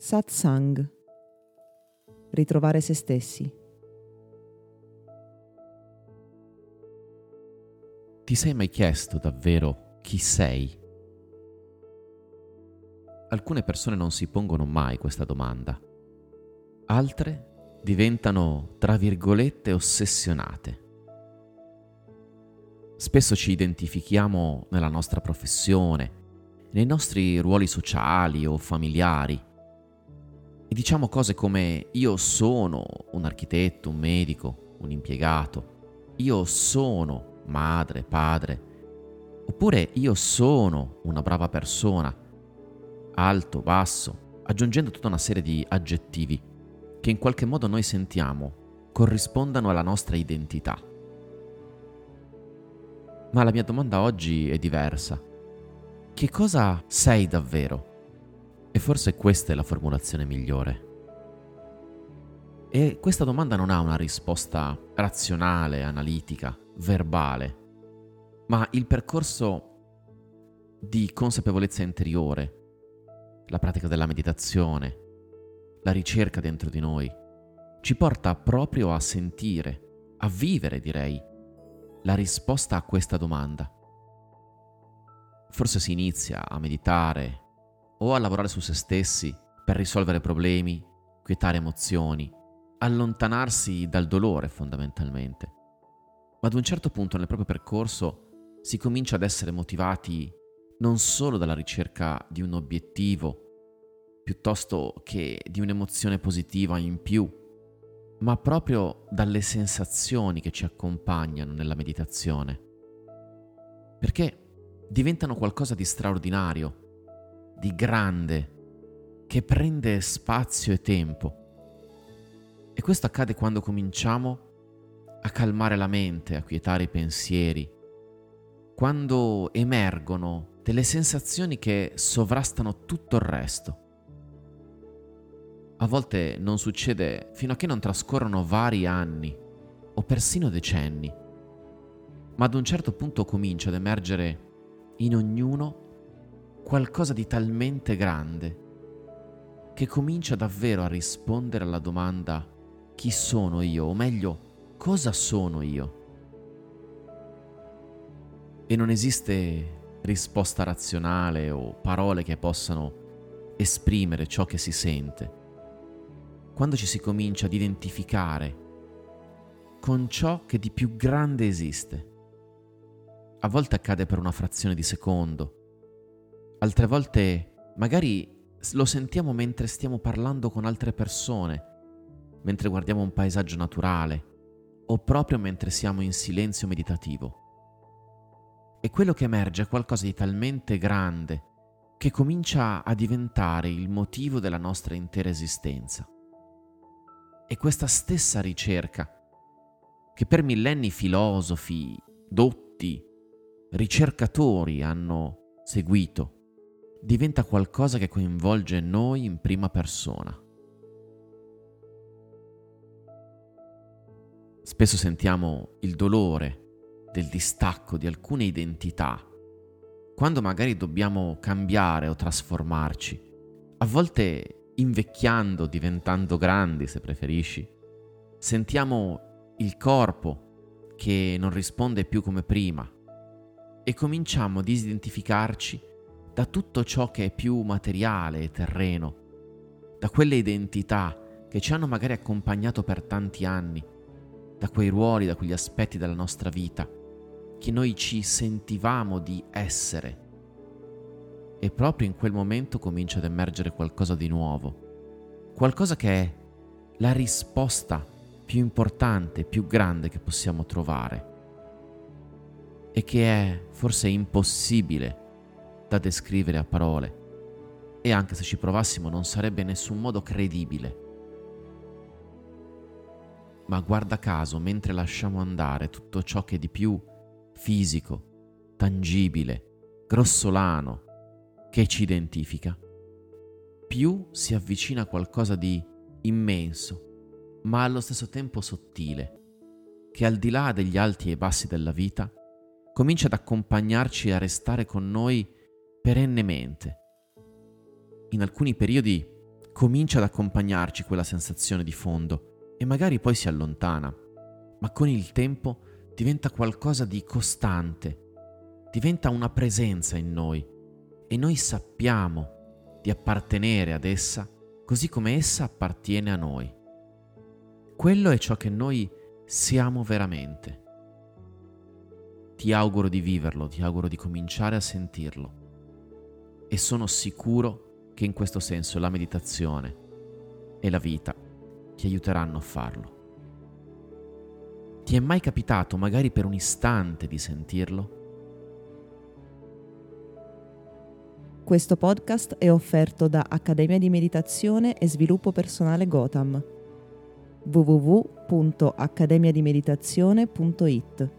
Satsang. Ritrovare se stessi. Ti sei mai chiesto davvero chi sei? Alcune persone non si pongono mai questa domanda. Altre diventano, tra virgolette, ossessionate. Spesso ci identifichiamo nella nostra professione, nei nostri ruoli sociali o familiari e diciamo cose come io sono un architetto, un medico, un impiegato, io sono madre, padre, oppure io sono una brava persona, alto, basso, aggiungendo tutta una serie di aggettivi che in qualche modo noi sentiamo corrispondano alla nostra identità. Ma la mia domanda oggi è diversa. Che cosa sei davvero? E forse questa è la formulazione migliore. E questa domanda non ha una risposta razionale, analitica, verbale, ma il percorso di consapevolezza interiore, la pratica della meditazione, la ricerca dentro di noi, ci porta proprio a sentire, a vivere, direi, la risposta a questa domanda. Forse si inizia a meditare o a lavorare su se stessi per risolvere problemi, quietare emozioni, allontanarsi dal dolore fondamentalmente. Ma ad un certo punto nel proprio percorso si comincia ad essere motivati non solo dalla ricerca di un obiettivo, piuttosto che di un'emozione positiva in più, ma proprio dalle sensazioni che ci accompagnano nella meditazione. Perché diventano qualcosa di straordinario, di grande, che prende spazio e tempo. E questo accade quando cominciamo a calmare la mente, a quietare i pensieri, quando emergono delle sensazioni che sovrastano tutto il resto. A volte non succede fino a che non trascorrono vari anni o persino decenni, ma ad un certo punto comincia ad emergere in ognuno qualcosa di talmente grande che comincia davvero a rispondere alla domanda chi sono io, o meglio, cosa sono io? E non esiste risposta razionale o parole che possano esprimere ciò che si sente. Quando ci si comincia ad identificare con ciò che di più grande esiste. A volte accade per una frazione di secondo, altre volte magari lo sentiamo mentre stiamo parlando con altre persone, mentre guardiamo un paesaggio naturale o proprio mentre siamo in silenzio meditativo. E quello che emerge è qualcosa di talmente grande che comincia a diventare il motivo della nostra intera esistenza. E questa stessa ricerca, che per millenni filosofi, dotti, ricercatori hanno seguito, diventa qualcosa che coinvolge noi in prima persona. Spesso sentiamo il dolore del distacco di alcune identità, quando magari dobbiamo cambiare o trasformarci, a volte invecchiando, diventando grandi se preferisci, sentiamo il corpo che non risponde più come prima e cominciamo a disidentificarci da tutto ciò che è più materiale e terreno, da quelle identità che ci hanno magari accompagnato per tanti anni, da quei ruoli, da quegli aspetti della nostra vita che noi ci sentivamo di essere. E proprio in quel momento comincia ad emergere qualcosa di nuovo, qualcosa che è la risposta più importante, più grande che possiamo trovare e che è forse impossibile da descrivere a parole, e anche se ci provassimo non sarebbe in nessun modo credibile. Ma guarda caso, mentre lasciamo andare tutto ciò che è di più fisico, tangibile, grossolano, che ci identifica, più si avvicina a qualcosa di immenso, ma allo stesso tempo sottile, che al di là degli alti e bassi della vita, comincia ad accompagnarci e a restare con noi perennemente. In alcuni periodi comincia ad accompagnarci quella sensazione di fondo e magari poi si allontana, ma con il tempo diventa qualcosa di costante, diventa una presenza in noi e noi sappiamo di appartenere ad essa così come essa appartiene a noi. Quello è ciò che noi siamo veramente. Ti auguro di viverlo, ti auguro di cominciare a sentirlo e sono sicuro che in questo senso la meditazione e la vita ti aiuteranno a farlo. Ti è mai capitato, magari per un istante, di sentirlo? Questo podcast è offerto da Accademia di Meditazione e Sviluppo Personale Gotham. www.accademiadimeditazione.it